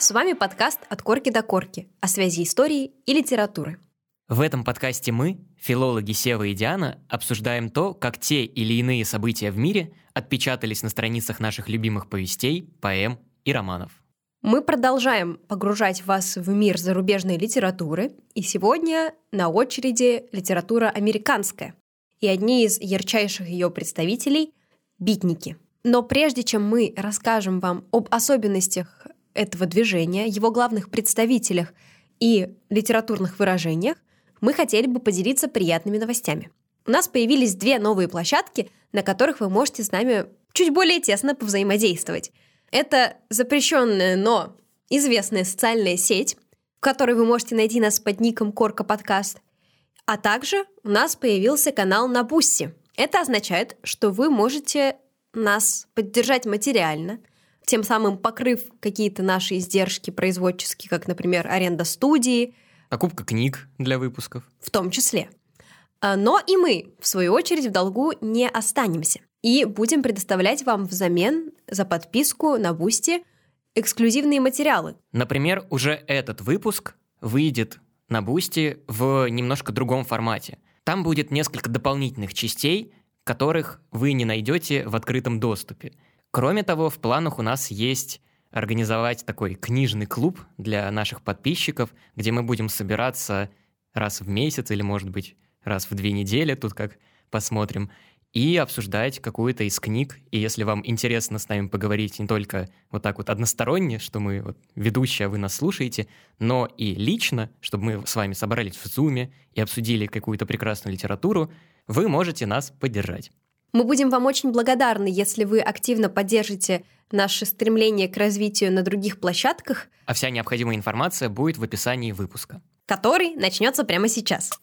С вами подкаст «От корки до корки» о связи истории и литературы. В этом подкасте мы, филологи Сева и Диана, обсуждаем то, как те или иные события в мире отпечатались на страницах наших любимых повестей, поэм и романов. Мы продолжаем погружать вас в мир зарубежной литературы, и сегодня на очереди литература американская, и одни из ярчайших ее представителей — битники. Но прежде чем мы расскажем вам об особенностях этого движения, его главных представителях и литературных выражениях, мы хотели бы поделиться приятными новостями. У нас появились 2 новые площадки, на которых вы можете с нами чуть более тесно повзаимодействовать. Это запрещенная, но известная социальная сеть, в которой вы можете найти нас под ником Корка Подкаст, а также у нас появился канал на Бусти. Это означает, что вы можете нас поддержать материально, тем самым покрыв какие-то наши издержки производческие, как, например, аренда студии. Покупка книг для выпусков. В том числе. Но и мы, в свою очередь, в долгу не останемся. И будем предоставлять вам взамен за подписку на Бусти эксклюзивные материалы. Например, уже этот выпуск выйдет на Бусти в немножко другом формате. Там будет несколько дополнительных частей, которых вы не найдете в открытом доступе. Кроме того, в планах у нас есть организовать такой книжный клуб для наших подписчиков, где мы будем собираться раз в месяц или, может быть, раз в 2 недели, тут как посмотрим, и обсуждать какую-то из книг. И если вам интересно с нами поговорить не только вот так вот односторонне, что мы вот ведущие, а вы нас слушаете, но и лично, чтобы мы с вами собрались в Зуме и обсудили какую-то прекрасную литературу, вы можете нас поддержать. Мы будем вам очень благодарны, если вы активно поддержите наше стремление к развитию на других площадках. А вся необходимая информация будет в описании выпуска, который начнется прямо сейчас.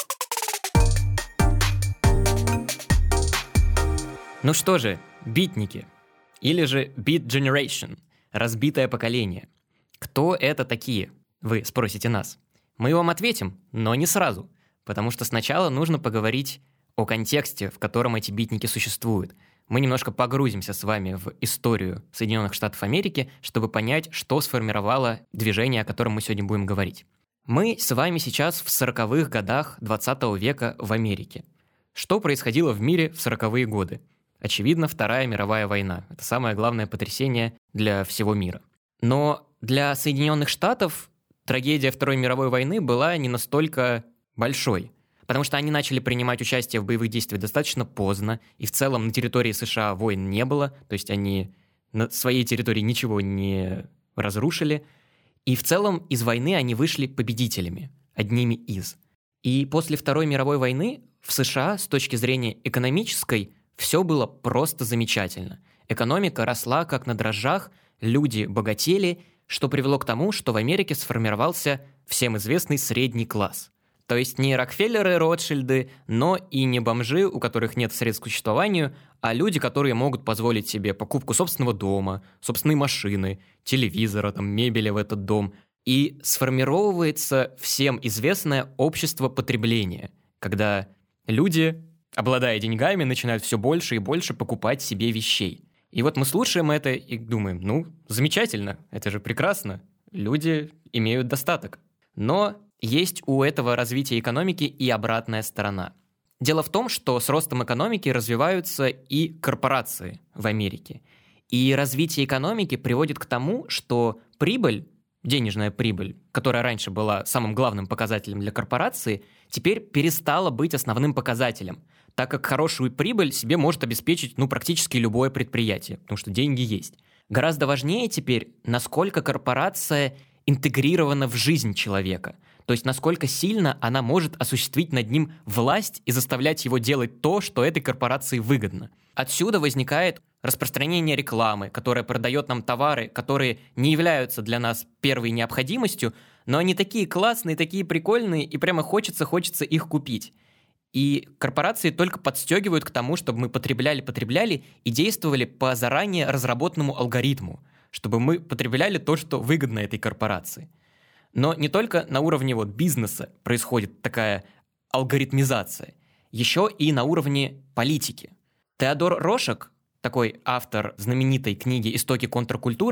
Ну что же, битники, или же Beat Generation, разбитое поколение. Кто это такие, вы спросите нас. Мы вам ответим, но не сразу, потому что сначала нужно поговорить о контексте, в котором эти битники существуют. Мы немножко погрузимся с вами в историю Соединенных Штатов Америки, чтобы понять, что сформировало движение, о котором мы сегодня будем говорить. Мы с вами сейчас в 40-х годах 20 века в Америке. Что происходило в мире в 40-е годы? Очевидно, Вторая мировая война. Это самое главное потрясение для всего мира. Но для Соединенных Штатов трагедия Второй мировой войны была не настолько большой, потому что они начали принимать участие в боевых действиях достаточно поздно, и в целом на территории США войн не было, то есть они на своей территории ничего не разрушили, и в целом из войны они вышли победителями, одними из. И после Второй мировой войны в США с точки зрения экономической все было просто замечательно. Экономика росла как на дрожжах, люди богатели, что привело к тому, что в Америке сформировался всем известный средний класс. То есть не Рокфеллеры, Ротшильды, но и не бомжи, у которых нет средств к существованию, а люди, которые могут позволить себе покупку собственного дома, собственной машины, телевизора, мебели в этот дом. И сформировывается всем известное общество потребления, когда люди, обладая деньгами, начинают все больше и больше покупать себе вещей. И вот мы слушаем это и думаем, замечательно, это же прекрасно, люди имеют достаток. Но есть у этого развития экономики и обратная сторона. Дело в том, что с ростом экономики развиваются и корпорации в Америке. И развитие экономики приводит к тому, что прибыль, денежная прибыль, которая раньше была самым главным показателем для корпорации, теперь перестала быть основным показателем, так как хорошую прибыль себе может обеспечить практически любое предприятие, потому что деньги есть. Гораздо важнее теперь, насколько корпорация интегрирована в жизнь человека, то есть насколько сильно она может осуществить над ним власть и заставлять его делать то, что этой корпорации выгодно. Отсюда возникает распространение рекламы, которая продает нам товары, которые не являются для нас первой необходимостью, но они такие классные, такие прикольные, и прямо хочется их купить. И корпорации только подстегивают к тому, чтобы мы потребляли и действовали по заранее разработанному алгоритму, чтобы мы потребляли то, что выгодно этой корпорации. Но не только на уровне бизнеса происходит такая алгоритмизация, еще и на уровне политики. Теодор Рошек, такой автор знаменитой книги «Истоки контркультуры»,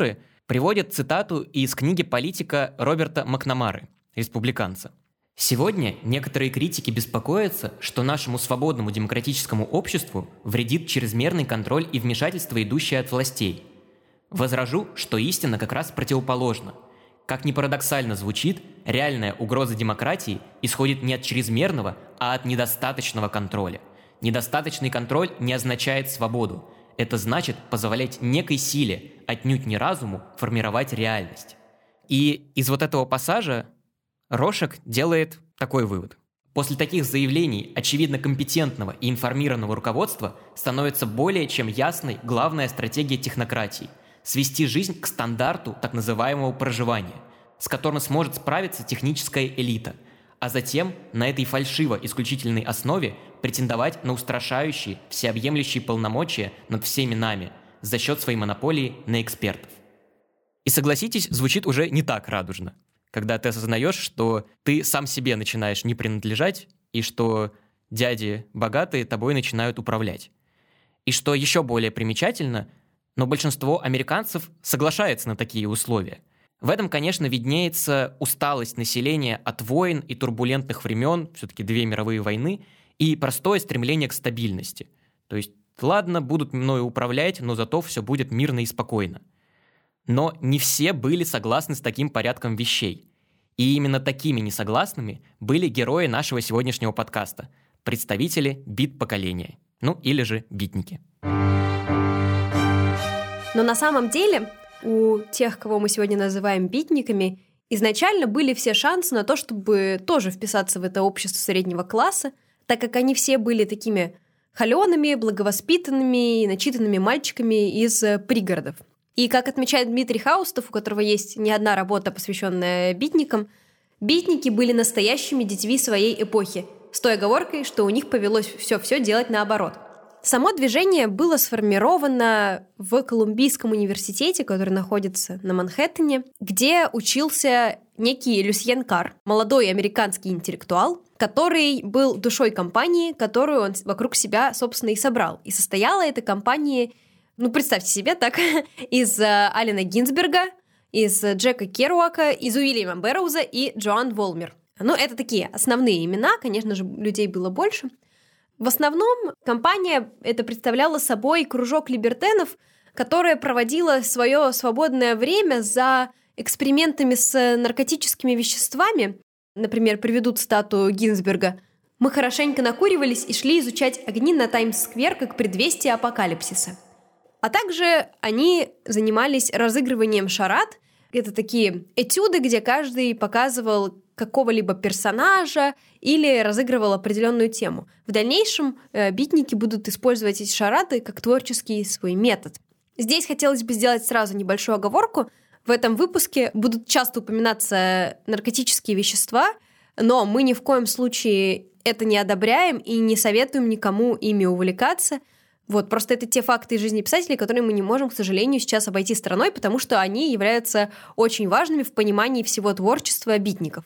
Приводит цитату из книги политика Роберта Макнамары, республиканца. «Сегодня некоторые критики беспокоятся, что нашему свободному демократическому обществу вредит чрезмерный контроль и вмешательство, идущее от властей. Возражу, что истина как раз противоположна. Как ни парадоксально звучит, реальная угроза демократии исходит не от чрезмерного, а от недостаточного контроля. Недостаточный контроль не означает свободу. Это значит позволять некой силе, отнюдь не разуму, формировать реальность». И из вот этого пассажа Рошек делает такой вывод. После таких заявлений очевидно компетентного и информированного руководства становится более чем ясной главная стратегия технократии – свести жизнь к стандарту так называемого проживания, с которым сможет справиться техническая элита, а затем на этой фальшиво-исключительной основе претендовать на устрашающие, всеобъемлющие полномочия над всеми нами за счет своей монополии на экспертов. И согласитесь, звучит уже не так радужно, когда ты осознаешь, что ты сам себе начинаешь не принадлежать, и что дяди богатые тобой начинают управлять. И что еще более примечательно, но большинство американцев соглашается на такие условия. В этом, конечно, виднеется усталость населения от войн и турбулентных времен, все-таки 2 мировые войны, и простое стремление к стабильности. То есть, ладно, будут мною управлять, но зато все будет мирно и спокойно. Но не все были согласны с таким порядком вещей. И именно такими несогласными были герои нашего сегодняшнего подкаста – представители бит-поколения, ну или же битники. Но на самом деле у тех, кого мы сегодня называем битниками, изначально были все шансы на то, чтобы тоже вписаться в это общество среднего класса, так как они все были такими холеными, благовоспитанными и начитанными мальчиками из пригородов. И как отмечает Дмитрий Хаустов, у которого есть не одна работа, посвященная битникам, битники были настоящими детьми своей эпохи, с той оговоркой, что у них повелось все делать наоборот. Само движение было сформировано в Колумбийском университете, который находится на Манхэттене, где учился некий Люсьен Карр, молодой американский интеллектуал, который был душой компании, которую он вокруг себя, собственно, и собрал. И состояла эта компания, представьте себе так, из Аллена Гинзберга, из Джека Керуака, из Уильяма Бэрроуза и Джоан Волмер. Это такие основные имена, конечно же, людей было больше. В основном компания это представляла собой кружок либертенов, которая проводила свое свободное время за экспериментами с наркотическими веществами. Например, приведу цитату Гинзберга. «Мы хорошенько накуривались и шли изучать огни на Таймс-сквер как предвестие апокалипсиса». А также они занимались разыгрыванием шарад. Это такие этюды, где каждый показывал какого-либо персонажа или разыгрывал определенную тему. В дальнейшем битники будут использовать эти шарады как творческий свой метод. Здесь хотелось бы сделать сразу небольшую оговорку. В этом выпуске будут часто упоминаться наркотические вещества, но мы ни в коем случае это не одобряем и не советуем никому ими увлекаться. Просто это те факты из жизни писателей, которые мы не можем, к сожалению, сейчас обойти стороной, потому что они являются очень важными в понимании всего творчества битников.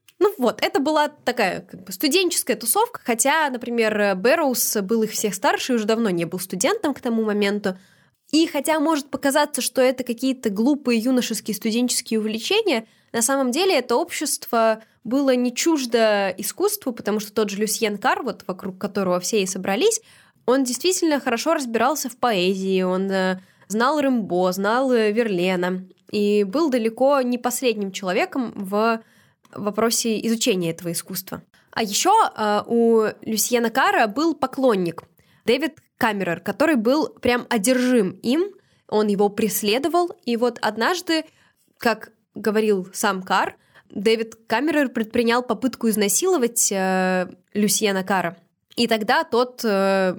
Это была такая студенческая тусовка, хотя, например, Бэрроуз был их всех старше и уже давно не был студентом к тому моменту. И хотя может показаться, что это какие-то глупые юношеские студенческие увлечения, на самом деле это общество было не чуждо искусству, потому что тот же Люсьен Карр, вокруг которого все и собрались, он действительно хорошо разбирался в поэзии, он знал Рембо, знал Верлена и был далеко не последним человеком в вопросе изучения этого искусства. А еще у Люсьена Карра был поклонник Дэвид Камерер, который был прям одержим им, он его преследовал, и однажды, как говорил сам Карр, Дэвид Камерер предпринял попытку изнасиловать Люсьена Карра, и тогда тот в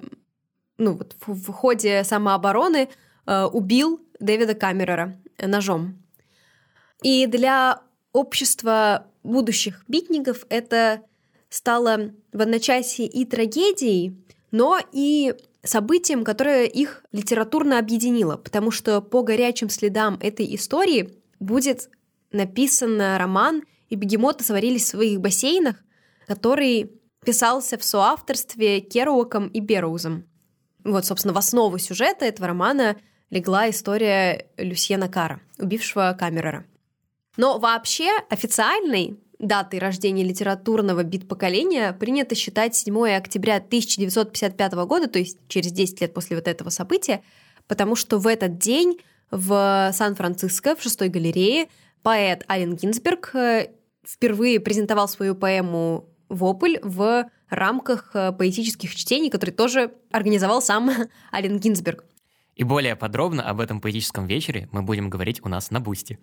ходе самообороны убил Дэвида Камерера ножом. И для общества будущих битников это стало в одночасье и трагедией, но и событием, которое их литературно объединило, потому что по горячим следам этой истории будет написан роман «И бегемоты сварились в своих бассейнах», который писался в соавторстве Керуаком и Бэрроузом. Собственно, в основу сюжета этого романа легла история Люсьена Кара, убившего Камерера. Но вообще официальной датой рождения литературного бит-поколения принято считать 7 октября 1955 года, то есть через 10 лет после вот этого события, потому что в этот день в Сан-Франциско, в 6-й галерее, поэт Аллен Гинзберг впервые презентовал свою поэму «Вопль» в рамках поэтических чтений, которые тоже организовал сам Аллен Гинзберг. И более подробно об этом поэтическом вечере мы будем говорить у нас на Бусти.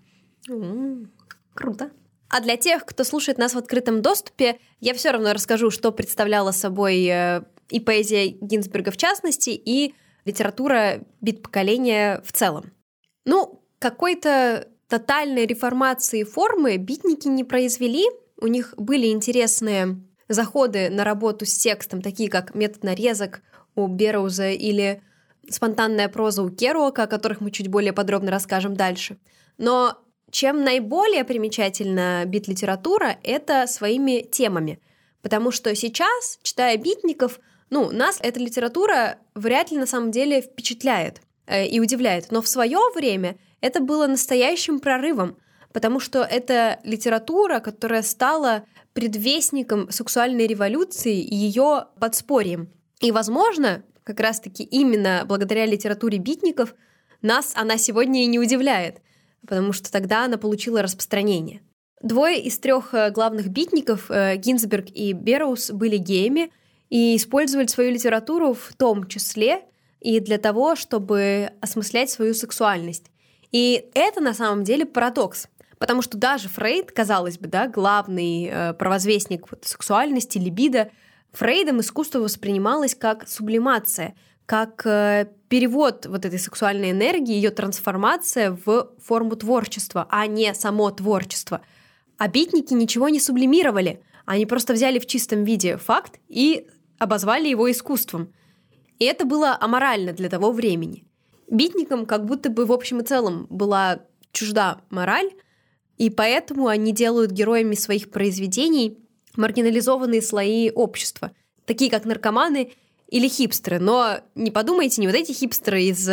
Круто. А для тех, кто слушает нас в открытом доступе, я все равно расскажу, что представляла собой и поэзия Гинзберга в частности, и литература бит-поколения в целом. Какой-то тотальной реформации формы битники не произвели. У них были интересные заходы на работу с текстом, такие как метод нарезок у Берроуза или спонтанная проза у Керуака, о которых мы чуть более подробно расскажем дальше. Но чем наиболее примечательна бит-литература, это своими темами. Потому что сейчас, читая битников, нас эта литература вряд ли на самом деле впечатляет и удивляет. Но в свое время это было настоящим прорывом, потому что это литература, которая стала предвестником сексуальной революции и ее подспорьем. И, возможно, как раз-таки именно благодаря литературе битников нас она сегодня и не удивляет, потому что тогда она получила распространение. 2 из 3 главных битников, Гинзберг и Берроуз, были геями и использовали свою литературу в том числе и для того, чтобы осмыслять свою сексуальность. И это на самом деле парадокс, потому что даже Фрейд, казалось бы, главный провозвестник сексуальности, либидо, Фрейдом искусство воспринималось как сублимация, как перевод вот этой сексуальной энергии, ее трансформация в форму творчества, а не само творчество. А битники ничего не сублимировали, они просто взяли в чистом виде факт и обозвали его искусством. И это было аморально для того времени. Битникам как будто бы в общем и целом была чужда мораль, и поэтому они делают героями своих произведений маргинализованные слои общества, такие как наркоманы или хипстеры. Но не подумайте, не вот эти хипстеры из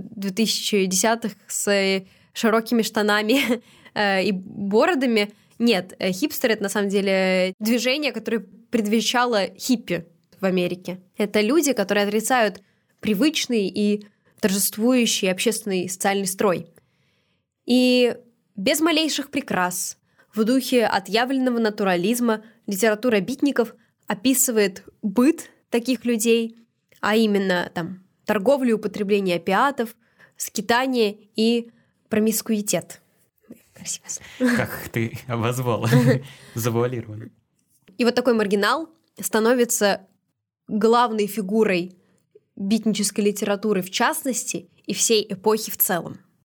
2010-х с широкими штанами и бородами. Нет, хипстеры — это на самом деле движение, которое предвещало хиппи в Америке. Это люди, которые отрицают привычный и торжествующий общественный и социальный строй. И без малейших прикрас, в духе отъявленного натурализма, литература битников описывает быт таких людей, а именно торговлю и употребление опиатов, скитание и промискуитет. Красиво. Как ты обозвала. Завуалировано. И вот такой маргинал становится главной фигурой битнической литературы в частности и всей эпохи в целом.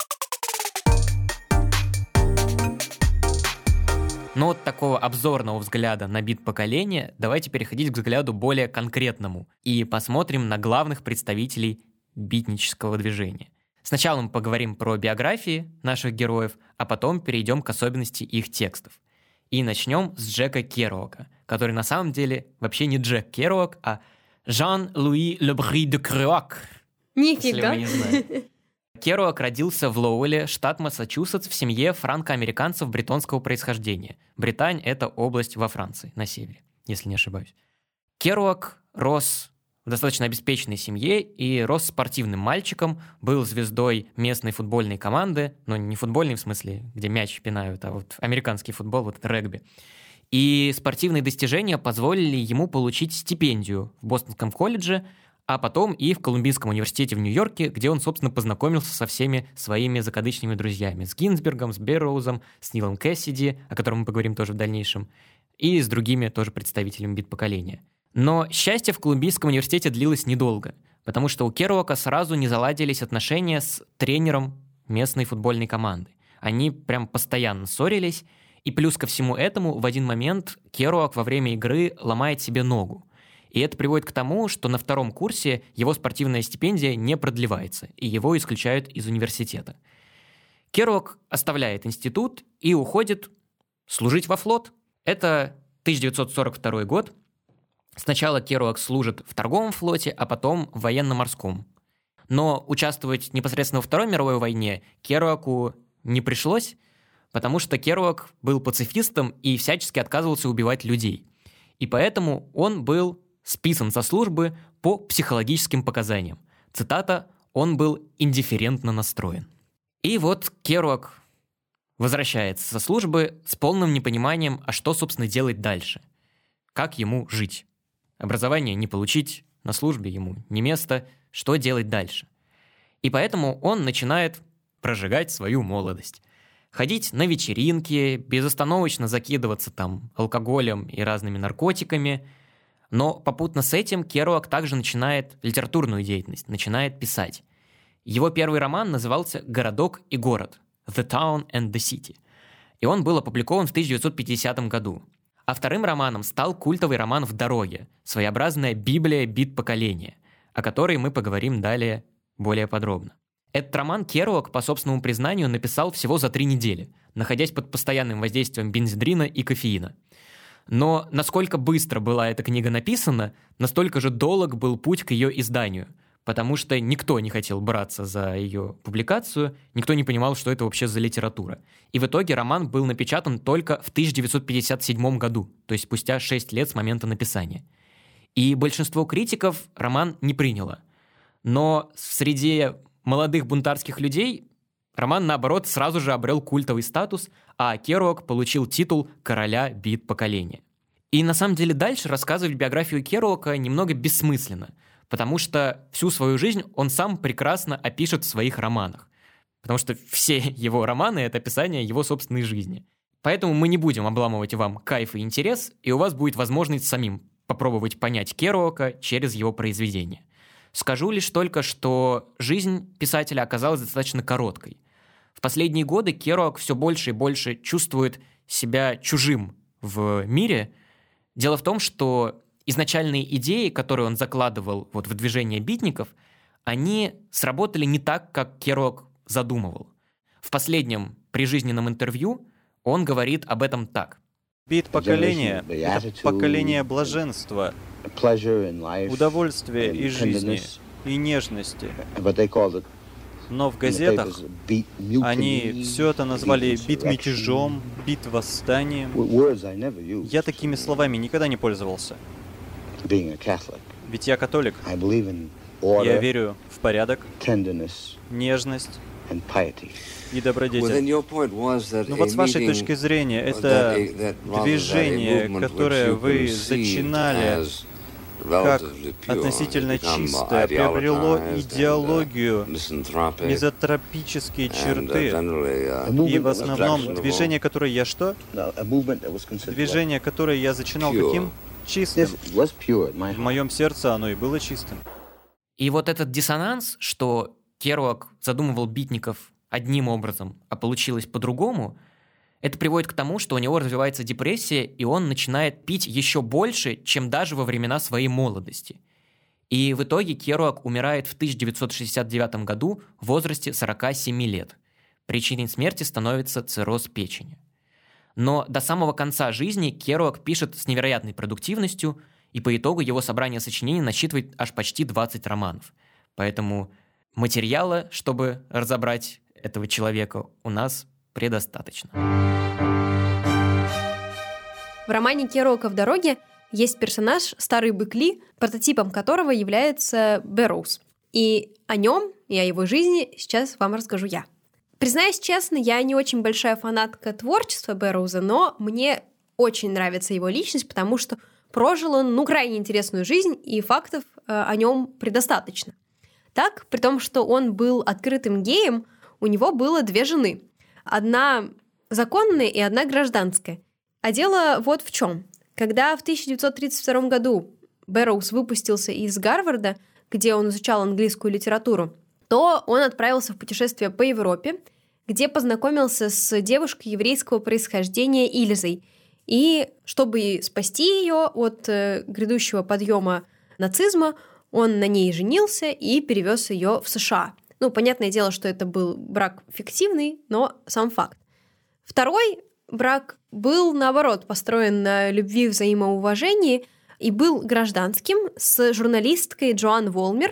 Но от такого обзорного взгляда на бит-поколение давайте переходить к взгляду более конкретному и посмотрим на главных представителей битнического движения. Сначала мы поговорим про биографии наших героев, а потом перейдем к особенности их текстов. И начнем с Джека Керуака, который на самом деле вообще не Джек Керуак, а Жан-Луи Лебри де Керуак. Нифига! Если вы не знаете. Керуак родился в Лоуэле, штат Массачусетс, в семье франко-американцев бретонского происхождения. Британь — это область во Франции, на севере, если не ошибаюсь. Керуак рос в достаточно обеспеченной семье и рос спортивным мальчиком, был звездой местной футбольной команды, но не футбольной в смысле, где мяч пинают, а вот американский футбол, вот регби. И спортивные достижения позволили ему получить стипендию в Бостонском колледже, а потом и в Колумбийском университете в Нью-Йорке, где он, собственно, познакомился со всеми своими закадычными друзьями. С Гинзбергом, с Берроузом, с Нилом Кэссиди, о котором мы поговорим тоже в дальнейшем, и с другими тоже представителями бит-поколения. Но счастье в Колумбийском университете длилось недолго, потому что у Керуака сразу не заладились отношения с тренером местной футбольной команды. Они прям постоянно ссорились, и плюс ко всему этому в один момент Керуак во время игры ломает себе ногу. И это приводит к тому, что на 2-м курсе его спортивная стипендия не продлевается, и его исключают из университета. Керуак оставляет институт и уходит служить во флот. Это 1942 год. Сначала Керуак служит в торговом флоте, а потом в военно-морском. Но участвовать непосредственно во Второй мировой войне Керуаку не пришлось, потому что Керуак был пацифистом и всячески отказывался убивать людей. И поэтому он был списан со службы по психологическим показаниям. Цитата: «Он был индифферентно настроен». И вот Керуак возвращается со службы с полным непониманием, а что, собственно, делать дальше. Как ему жить? Образование не получить, на службе ему не место, что делать дальше? И поэтому он начинает прожигать свою молодость. Ходить на вечеринки, безостановочно закидываться там алкоголем и разными наркотиками. Но попутно с этим Керуак также начинает литературную деятельность, начинает писать. Его первый роман назывался «Городок и город» «The Town and the City», и он был опубликован в 1950 году. А вторым романом стал культовый роман «В дороге», своеобразная библия бит-поколения, о которой мы поговорим далее более подробно. Этот роман Керуак, по собственному признанию, написал всего за 3 недели, находясь под постоянным воздействием бензодрина и кофеина. Но насколько быстро была эта книга написана, настолько же долг был путь к ее изданию, потому что никто не хотел браться за ее публикацию, никто не понимал, что это вообще за литература. И в итоге роман был напечатан только в 1957 году, то есть спустя 6 лет с момента написания. И большинство критиков роман не приняло. Но среди молодых бунтарских людей роман, наоборот, сразу же обрел культовый статус, а Керуак получил титул короля бит-поколения. И на самом деле дальше рассказывать биографию Керуака немного бессмысленно, потому что всю свою жизнь он сам прекрасно опишет в своих романах. Потому что все его романы — это описание его собственной жизни. Поэтому мы не будем обламывать вам кайф и интерес, и у вас будет возможность самим попробовать понять Керуака через его произведения. Скажу лишь только, что жизнь писателя оказалась достаточно короткой. В последние годы Керуак все больше и больше чувствует себя чужим в мире. Дело в том, что изначальные идеи, которые он закладывал в движение битников, они сработали не так, как Керуак задумывал. В последнем прижизненном интервью он говорит об этом так. Бит-поколение — это поколение блаженства, удовольствия и жизни, и нежности. Но в газетах они все это назвали бит-мятежом, бит-восстанием. Я такими словами никогда не пользовался. Ведь я католик. Я верю в порядок, нежность и добродетель. Но вот с вашей точки зрения, это движение, которое вы зачинали как относительно чистое, приобрело идеологию, мизотропические черты. И в основном движение, которое я что? Движение, которое я зачинал каким? Чистым. В моем сердце оно и было чистым. И вот этот диссонанс, что Керуак задумывал битников одним образом, а получилось по-другому, это приводит к тому, что у него развивается депрессия, и он начинает пить еще больше, чем даже во времена своей молодости. И в итоге Керуак умирает в 1969 году в возрасте 47 лет. Причиной смерти становится цирроз печени. Но до самого конца жизни Керуак пишет с невероятной продуктивностью, и по итогу его собрание сочинений насчитывает аж почти 20 романов. Поэтому материала, чтобы разобрать этого человека, у нас предостаточно. В романе Керуака «В дороге» есть персонаж Старый бык Ли, прототипом которого является Бэрроуз. И о нем, и о его жизни сейчас вам расскажу я. Признаюсь честно, я не очень большая фанатка творчества Бэрроуза, но мне очень нравится его личность, потому что прожил он, крайне интересную жизнь, и фактов о нем предостаточно. Так, при том, что он был открытым геем, у него было 2 жены. Одна законная и одна гражданская. А дело вот в чем. Когда в 1932 году Бэрроуз выпустился из Гарварда, где он изучал английскую литературу, то он отправился в путешествие по Европе, где познакомился с девушкой еврейского происхождения Ильзой. И чтобы спасти ее от грядущего подъема нацизма, он на ней женился и перевез ее в США. Понятное дело, что это был брак фиктивный, но сам факт. Второй брак был, наоборот, построен на любви и взаимоуважении и был гражданским с журналисткой Джоан Волмер,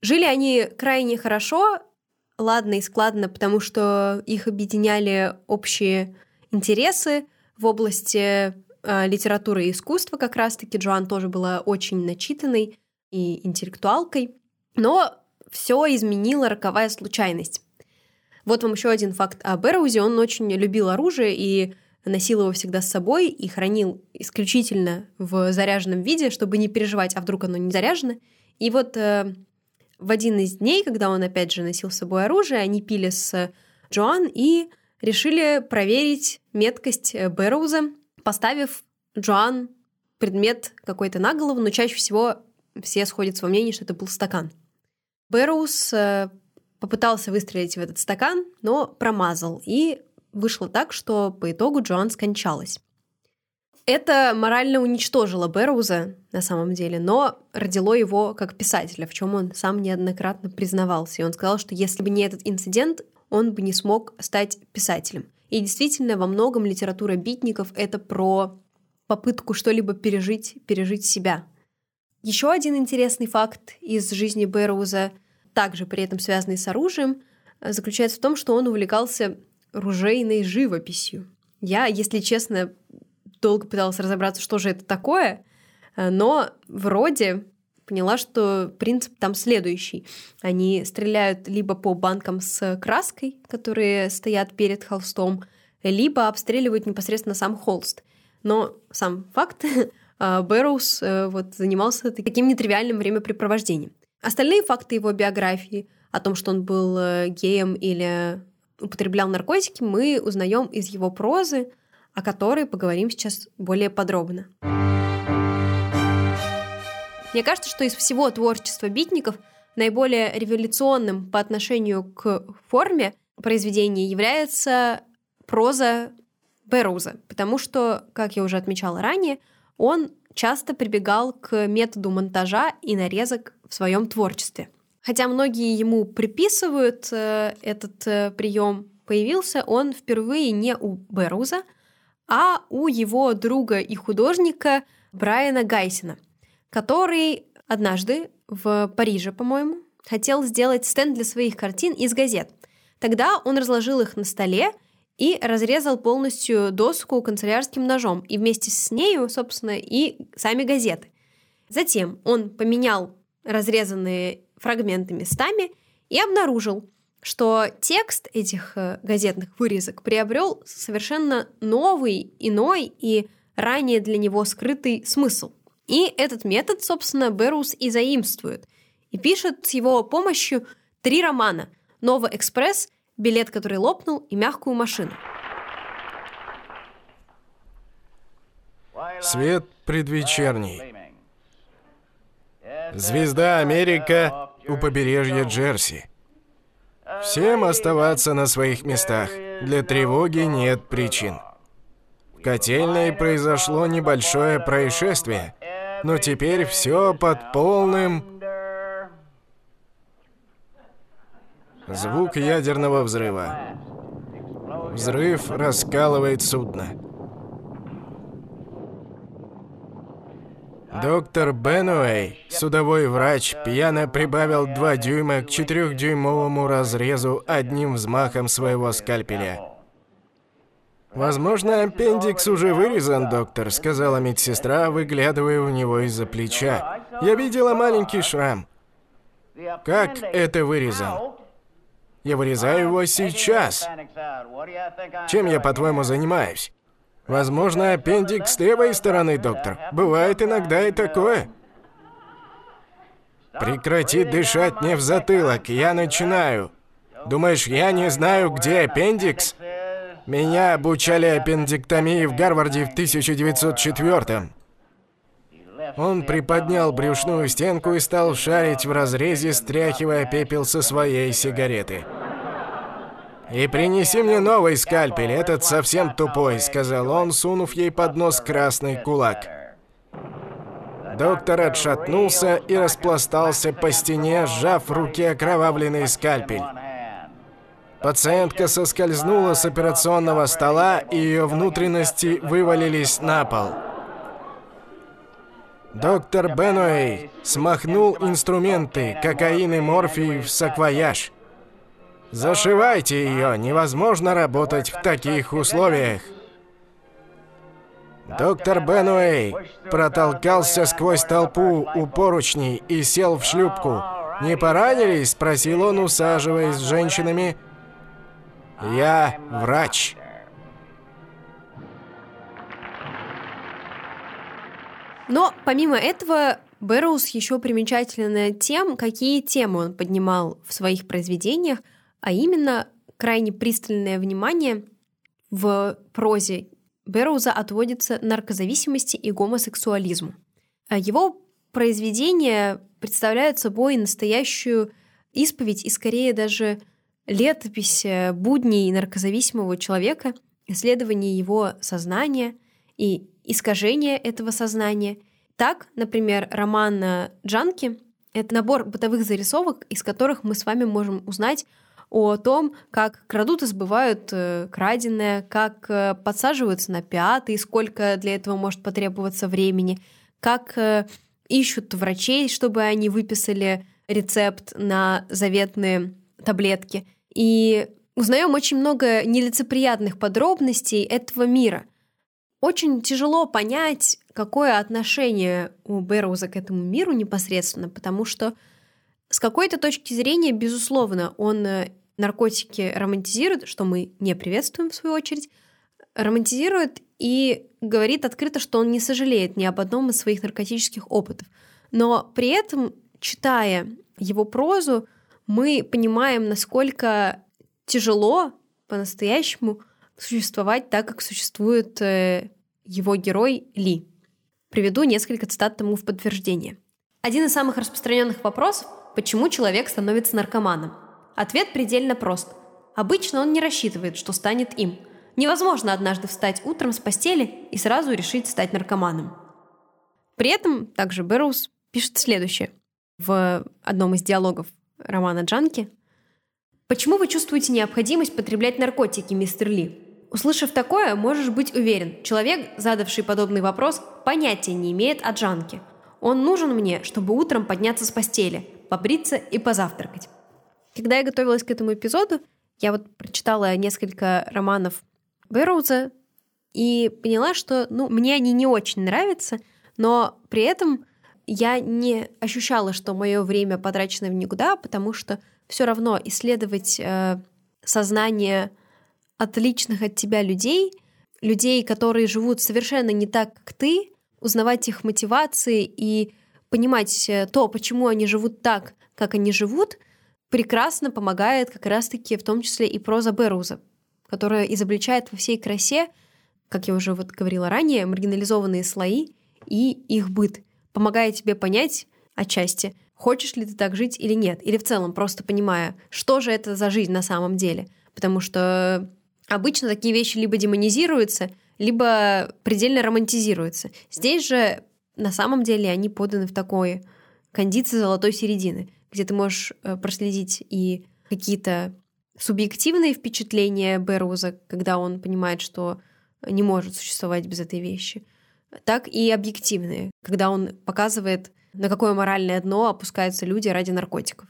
Жили они крайне хорошо, ладно и складно, потому что их объединяли общие интересы в области литературы и искусства как раз-таки. Джоан тоже была очень начитанной и интеллектуалкой. Но все изменила роковая случайность. Вот вам еще один факт о Бэрроузе. Он очень любил оружие и носил его всегда с собой и хранил исключительно в заряженном виде, чтобы не переживать, а вдруг оно не заряжено. И вот в один из дней, когда он опять же носил с собой оружие, они пили с Джоан и решили проверить меткость Бэрроуза, поставив Джоан предмет какой-то на голову, но чаще всего все сходятся во мнении, что это был стакан. Бэрроуз попытался выстрелить в этот стакан, но промазал, и вышло так, что по итогу Джоан скончалась. Это морально уничтожило Бэрроуза на самом деле, но родило его как писателя, в чем он сам неоднократно признавался. И он сказал, что если бы не этот инцидент, он бы не смог стать писателем. И действительно, во многом литература битников — это про попытку что-либо пережить себя. Еще один интересный факт из жизни Бэрроуза, также при этом связанный с оружием, заключается в том, что он увлекался ружейной живописью. Я, если честно, долго пыталась разобраться, что же это такое, но вроде поняла, что принцип там следующий. Они стреляют либо по банкам с краской, которые стоят перед холстом, либо обстреливают непосредственно сам холст. Но сам факт, Бэрроуз занимался таким нетривиальным времяпрепровождением. Остальные факты его биографии о том, что он был геем или употреблял наркотики, мы узнаем из его прозы, о которой поговорим сейчас более подробно. Мне кажется, что из всего творчества битников наиболее революционным по отношению к форме произведения является проза Бэрроуза, потому что, как я уже отмечала ранее, он часто прибегал к методу монтажа и нарезок в своем творчестве. Хотя многие ему приписывают этот прием, появился он впервые не у Бэрроуза, а у его друга и художника Брайана Гайсена, который однажды в Париже, по-моему, хотел сделать стенд для своих картин из газет. Тогда он разложил их на столе и разрезал полностью доску канцелярским ножом, и вместе с нею, собственно, и сами газеты. Затем он поменял разрезанные фрагменты местами и обнаружил, что текст этих газетных вырезок приобрел совершенно новый, иной и ранее для него скрытый смысл. И этот метод, собственно, Бэрроуз и заимствует. И пишет с его помощью 3 романа: «Нова Экспресс», «Билет, который лопнул» и «Мягкую машину». Свет предвечерний. Звезда Америка у побережья Джерси. Всем оставаться на своих местах. Для тревоги нет причин. В котельной произошло небольшое происшествие, но теперь все под полным... Звук ядерного взрыва. Взрыв раскалывает судно. Доктор Бенуэй, судовой врач, пьяно прибавил 2 дюйма к 4-дюймовому разрезу одним взмахом своего скальпеля. «Возможно, аппендикс уже вырезан, доктор», — сказала медсестра, выглядывая у него из-за плеча. «Я видела маленький шрам». «Как это вырезан?» «Я вырезаю его сейчас». «Чем я, по-твоему, занимаюсь?» «Возможно, аппендикс с левой стороны, доктор. Бывает иногда и такое». «Прекрати дышать мне в затылок, я начинаю. Думаешь, я не знаю, где аппендикс? Меня обучали аппендиктомии в Гарварде в 1904-м». Он приподнял брюшную стенку и стал шарить в разрезе, стряхивая пепел со своей сигареты. «И принеси мне новый скальпель, этот совсем тупой», — сказал он, сунув ей под нос красный кулак. Доктор отшатнулся и распластался по стене, сжав в руке окровавленный скальпель. Пациентка соскользнула с операционного стола, и ее внутренности вывалились на пол. Доктор Бенуэй смахнул инструменты, кокаин и морфий в саквояж. Зашивайте ее, невозможно работать в таких условиях. Доктор Бенуэй протолкался сквозь толпу у поручней и сел в шлюпку. «Не поранились?» — спросил он, усаживаясь с женщинами. «Я врач». Но помимо этого, Бэрроуз еще примечателен тем, какие темы он поднимал в своих произведениях, а именно крайне пристальное внимание в прозе Бэрроуза отводится наркозависимости и гомосексуализму. Его произведения представляют собой настоящую исповедь и скорее даже летопись будней наркозависимого человека, исследование его сознания и искажение этого сознания. Так, например, роман «Джанки» — это набор бытовых зарисовок, из которых мы с вами можем узнать о том, как крадут и сбывают краденое, как подсаживаются на опиаты, и сколько для этого может потребоваться времени, как ищут врачей, чтобы они выписали рецепт на заветные таблетки. И узнаем очень много нелицеприятных подробностей этого мира. Очень тяжело понять, какое отношение у Бэрроуза к этому миру непосредственно, потому что с какой-то точки зрения, безусловно, он наркотики романтизирует, что мы не приветствуем, в свою очередь, романтизирует и говорит открыто, что он не сожалеет ни об одном из своих наркотических опытов. Но при этом, читая его прозу, мы понимаем, насколько тяжело по-настоящему существовать так, как существует его герой Ли. Приведу несколько цитат тому в подтверждение. Один из самых распространенных вопросов – почему человек становится наркоманом? Ответ предельно прост. Обычно он не рассчитывает, что станет им. Невозможно однажды встать утром с постели и сразу решить стать наркоманом. При этом также Бэрроуз пишет следующее в одном из диалогов романа «Джанки». «Почему вы чувствуете необходимость потреблять наркотики, мистер Ли? Услышав такое, можешь быть уверен, человек, задавший подобный вопрос, понятия не имеет о Джанке. Он нужен мне, чтобы утром подняться с постели, побриться и позавтракать». Когда я готовилась к этому эпизоду, я прочитала несколько романов Бэрроуза и поняла, что мне они не очень нравятся, но при этом я не ощущала, что мое время потрачено в никуда, потому что все равно исследовать сознание отличных от тебя людей, которые живут совершенно не так, как ты, узнавать их мотивации и понимать то, почему они живут так, как они живут, прекрасно помогает как раз-таки в том числе и проза Бэрроуза, которая изобличает во всей красе, как я уже говорила ранее, маргинализованные слои и их быт, помогая тебе понять отчасти, хочешь ли ты так жить или нет, или в целом просто понимая, что же это за жизнь на самом деле, потому что обычно такие вещи либо демонизируются, либо предельно романтизируются. Здесь же на самом деле они поданы в такой кондиции золотой середины, где ты можешь проследить и какие-то субъективные впечатления Бэрроуза, когда он понимает, что не может существовать без этой вещи, так и объективные, когда он показывает, на какое моральное дно опускаются люди ради наркотиков.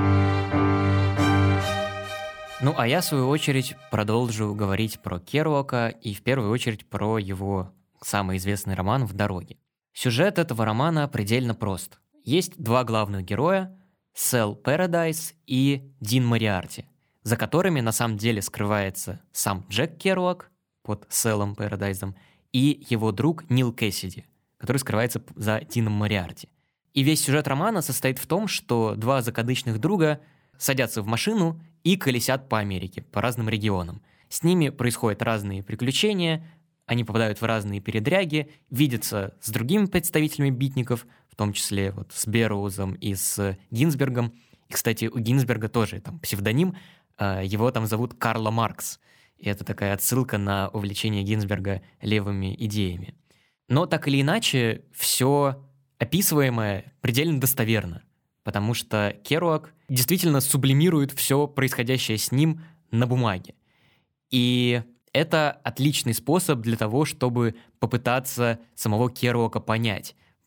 А я, в свою очередь, продолжу говорить про Керуака и, в первую очередь, про его самый известный роман «В дороге». Сюжет этого романа предельно прост. Есть два главных героя — Сэл Пэрадайс и Дин Мориарти, за которыми на самом деле скрывается сам Джек Керуак под Сэлом Пэрадайсом и его друг Нил Кэссиди, который скрывается за Дином Мориарти. И весь сюжет романа состоит в том, что два закадычных друга садятся в машину и колесят по Америке, по разным регионам. С ними происходят разные приключения, они попадают в разные передряги, видятся с другими представителями битников, в том числе с Бэрроузом и с Гинзбергом. И, кстати, у Гинзберга тоже там псевдоним, его там зовут Карл Маркс. И это такая отсылка на увлечение Гинзберга левыми идеями. Но так или иначе, все описываемое предельно достоверно, потому что Керуак действительно сублимирует все происходящее с ним на бумаге. И это отличный способ для того, чтобы попытаться самого Керуака понять,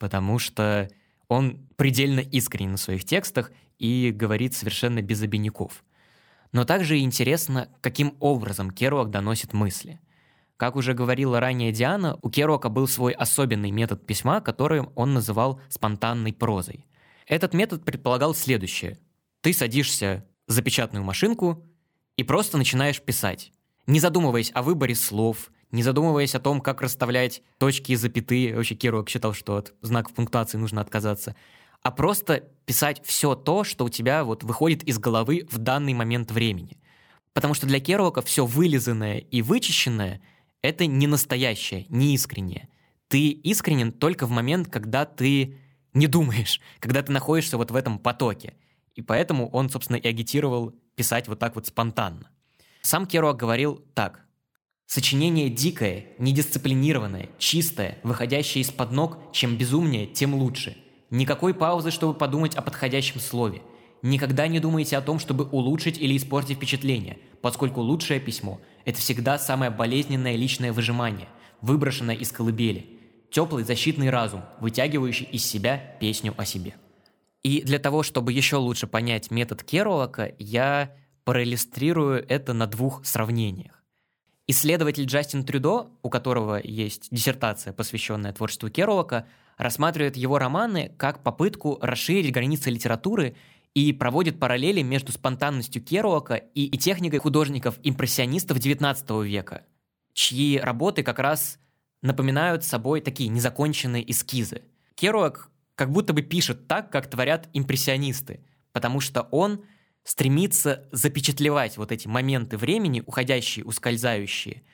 потому что он предельно искренен в своих текстах и говорит совершенно без обиняков. Но также интересно, каким образом Керуак доносит мысли. Как уже говорила ранее Диана, у Керуака был свой особенный метод письма, который он называл спонтанной прозой. Этот метод предполагал следующее. Ты садишься за печатную машинку и просто начинаешь писать, не задумываясь о выборе слов, не задумываясь о том, как расставлять точки и запятые. Вообще Керуак считал, что от знаков пунктуации нужно отказаться. А просто писать все то, что у тебя выходит из головы в данный момент времени. Потому что для Керуака все вылизанное и вычищенное — это не настоящее, не искреннее. Ты искренен только в момент, когда ты не думаешь, когда ты находишься в этом потоке. И поэтому он, собственно, и агитировал писать так спонтанно. Сам Керуак говорил так. «Сочинение дикое, недисциплинированное, чистое, выходящее из-под ног, чем безумнее, тем лучше. Никакой паузы, чтобы подумать о подходящем слове. Никогда не думайте о том, чтобы улучшить или испортить впечатление, поскольку лучшее письмо – это всегда самое болезненное личное выжимание, выброшенное из колыбели. Теплый защитный разум, вытягивающий из себя песню о себе». И для того, чтобы еще лучше понять метод Керуака, я проиллюстрирую это на двух сравнениях. Исследователь Джастин Трюдо, у которого есть диссертация, посвященная творчеству Керуака, рассматривает его романы как попытку расширить границы литературы и проводит параллели между спонтанностью Керуака и техникой художников-импрессионистов XIX века, чьи работы как раз напоминают собой такие незаконченные эскизы. Керуак как будто бы пишет так, как творят импрессионисты, потому что он стремится запечатлевать эти моменты времени, уходящие, ускользающие,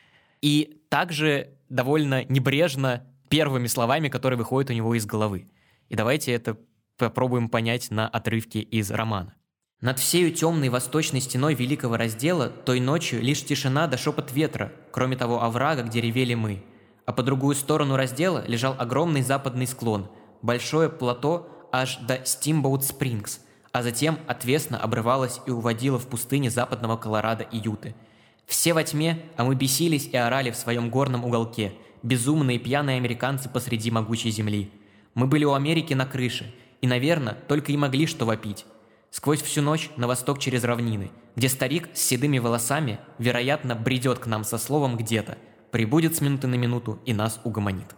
и также довольно небрежно первыми словами, которые выходят у него из головы. И давайте это попробуем понять на отрывке из романа. «Над всею темной восточной стеной великого раздела той ночью лишь тишина да шепот ветра, кроме того оврага, где ревели мы. А по другую сторону раздела лежал огромный западный склон, большое плато аж до Steamboat Springs, а затем отвесно обрывалось и уводило в пустыне западного Колорадо и Юты. Все во тьме, а мы бесились и орали в своем горном уголке, безумные пьяные американцы посреди могучей земли. Мы были у Америки на крыше, и, наверное, только и могли что вопить. Сквозь всю ночь на восток через равнины, где старик с седыми волосами, вероятно, бредет к нам со словом где-то, прибудет с минуты на минуту и нас угомонит».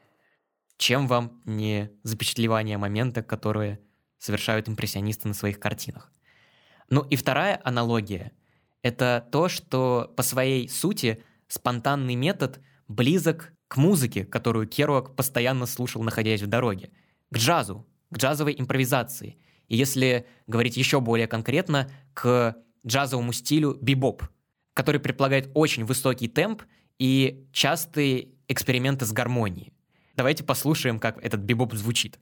Чем вам не запечатлевание момента, которые совершают импрессионисты на своих картинах? Ну и вторая аналогия – это то, что по своей сути спонтанный метод близок к музыке, которую Керуак постоянно слушал, находясь в дороге, к джазу, к джазовой импровизации. И если говорить еще более конкретно, к джазовому стилю бибоп, который предполагает очень высокий темп и частые эксперименты с гармонией. Давайте послушаем, как этот бибоп звучит.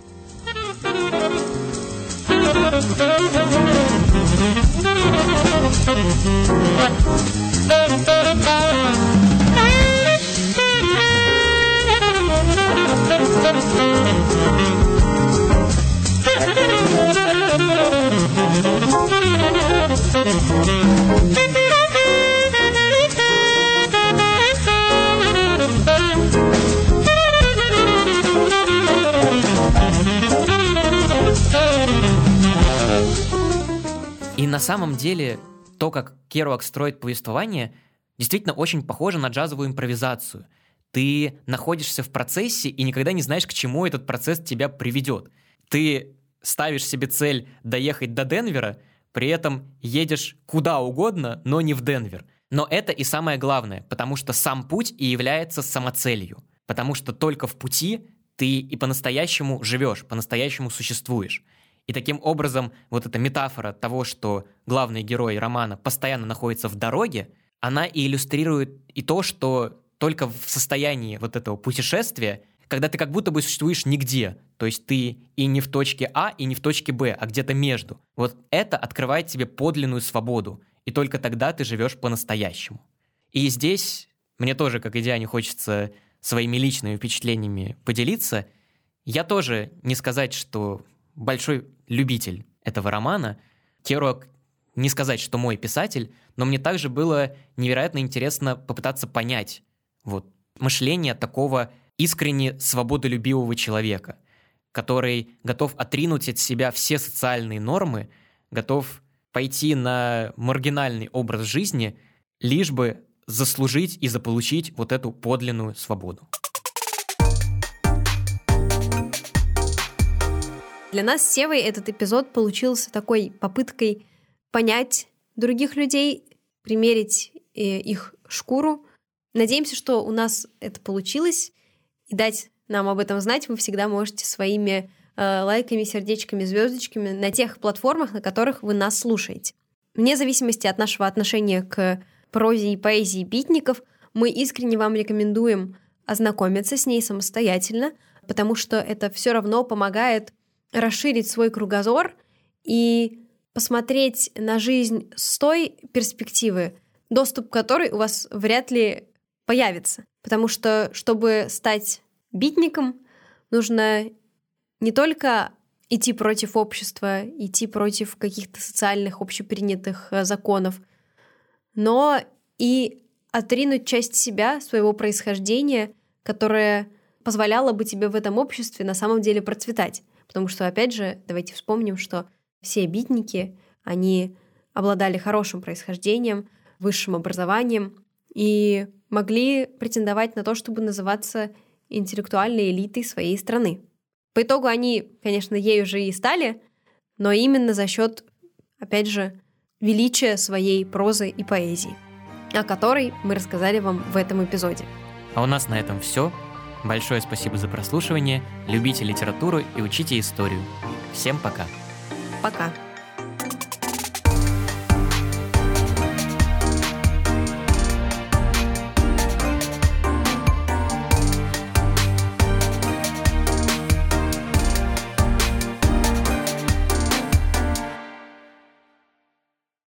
И на самом деле то, как Керуак строит повествование, действительно очень похоже на джазовую импровизацию. Ты находишься в процессе и никогда не знаешь, к чему этот процесс тебя приведет. Ты ставишь себе цель доехать до Денвера, при этом едешь куда угодно, но не в Денвер. Но это и самое главное, потому что сам путь и является самоцелью. Потому что только в пути ты и по-настоящему живешь, по-настоящему существуешь. И таким образом вот эта метафора того, что главный герой романа постоянно находится в дороге, она и иллюстрирует и то, что только в состоянии вот этого путешествия, когда ты как будто бы существуешь нигде, то есть ты и не в точке А, и не в точке Б, а где-то между. Вот это открывает тебе подлинную свободу, и только тогда ты живешь по-настоящему. И здесь мне тоже, как и Диане, хочется своими личными впечатлениями поделиться. Я тоже не сказать, что большой любитель этого романа. Керуак не сказать, что мой писатель, но мне также было невероятно интересно попытаться понять вот мышление такого искренне свободолюбивого человека, который готов отринуть от себя все социальные нормы, готов пойти на маргинальный образ жизни, лишь бы заслужить и заполучить вот эту подлинную свободу. Для нас с Севой этот эпизод получился такой попыткой понять других людей, примерить их шкуру. Надеемся, что у нас это получилось, и дать нам об этом знать вы всегда можете своими лайками, сердечками, звездочками на тех платформах, на которых вы нас слушаете. Вне зависимости от нашего отношения к прозе и поэзии битников, мы искренне вам рекомендуем ознакомиться с ней самостоятельно, потому что это все равно помогает расширить свой кругозор и посмотреть на жизнь с той перспективы, доступ к которой у вас вряд ли появится. Потому что, чтобы стать битником, нужно не только идти против общества, идти против каких-то социальных общепринятых законов, но и отринуть часть себя, своего происхождения, которая позволяла бы тебе в этом обществе на самом деле процветать. Потому что, опять же, давайте вспомним, что все битники, они обладали хорошим происхождением, высшим образованием и могли претендовать на то, чтобы называться интеллектуальной элитой своей страны. По итогу они, конечно, ею же и стали, но именно за счет, опять же, величия своей прозы и поэзии, о которой мы рассказали вам в этом эпизоде. А у нас на этом все. Большое спасибо за прослушивание. Любите литературу и учите историю. Всем пока. Пока.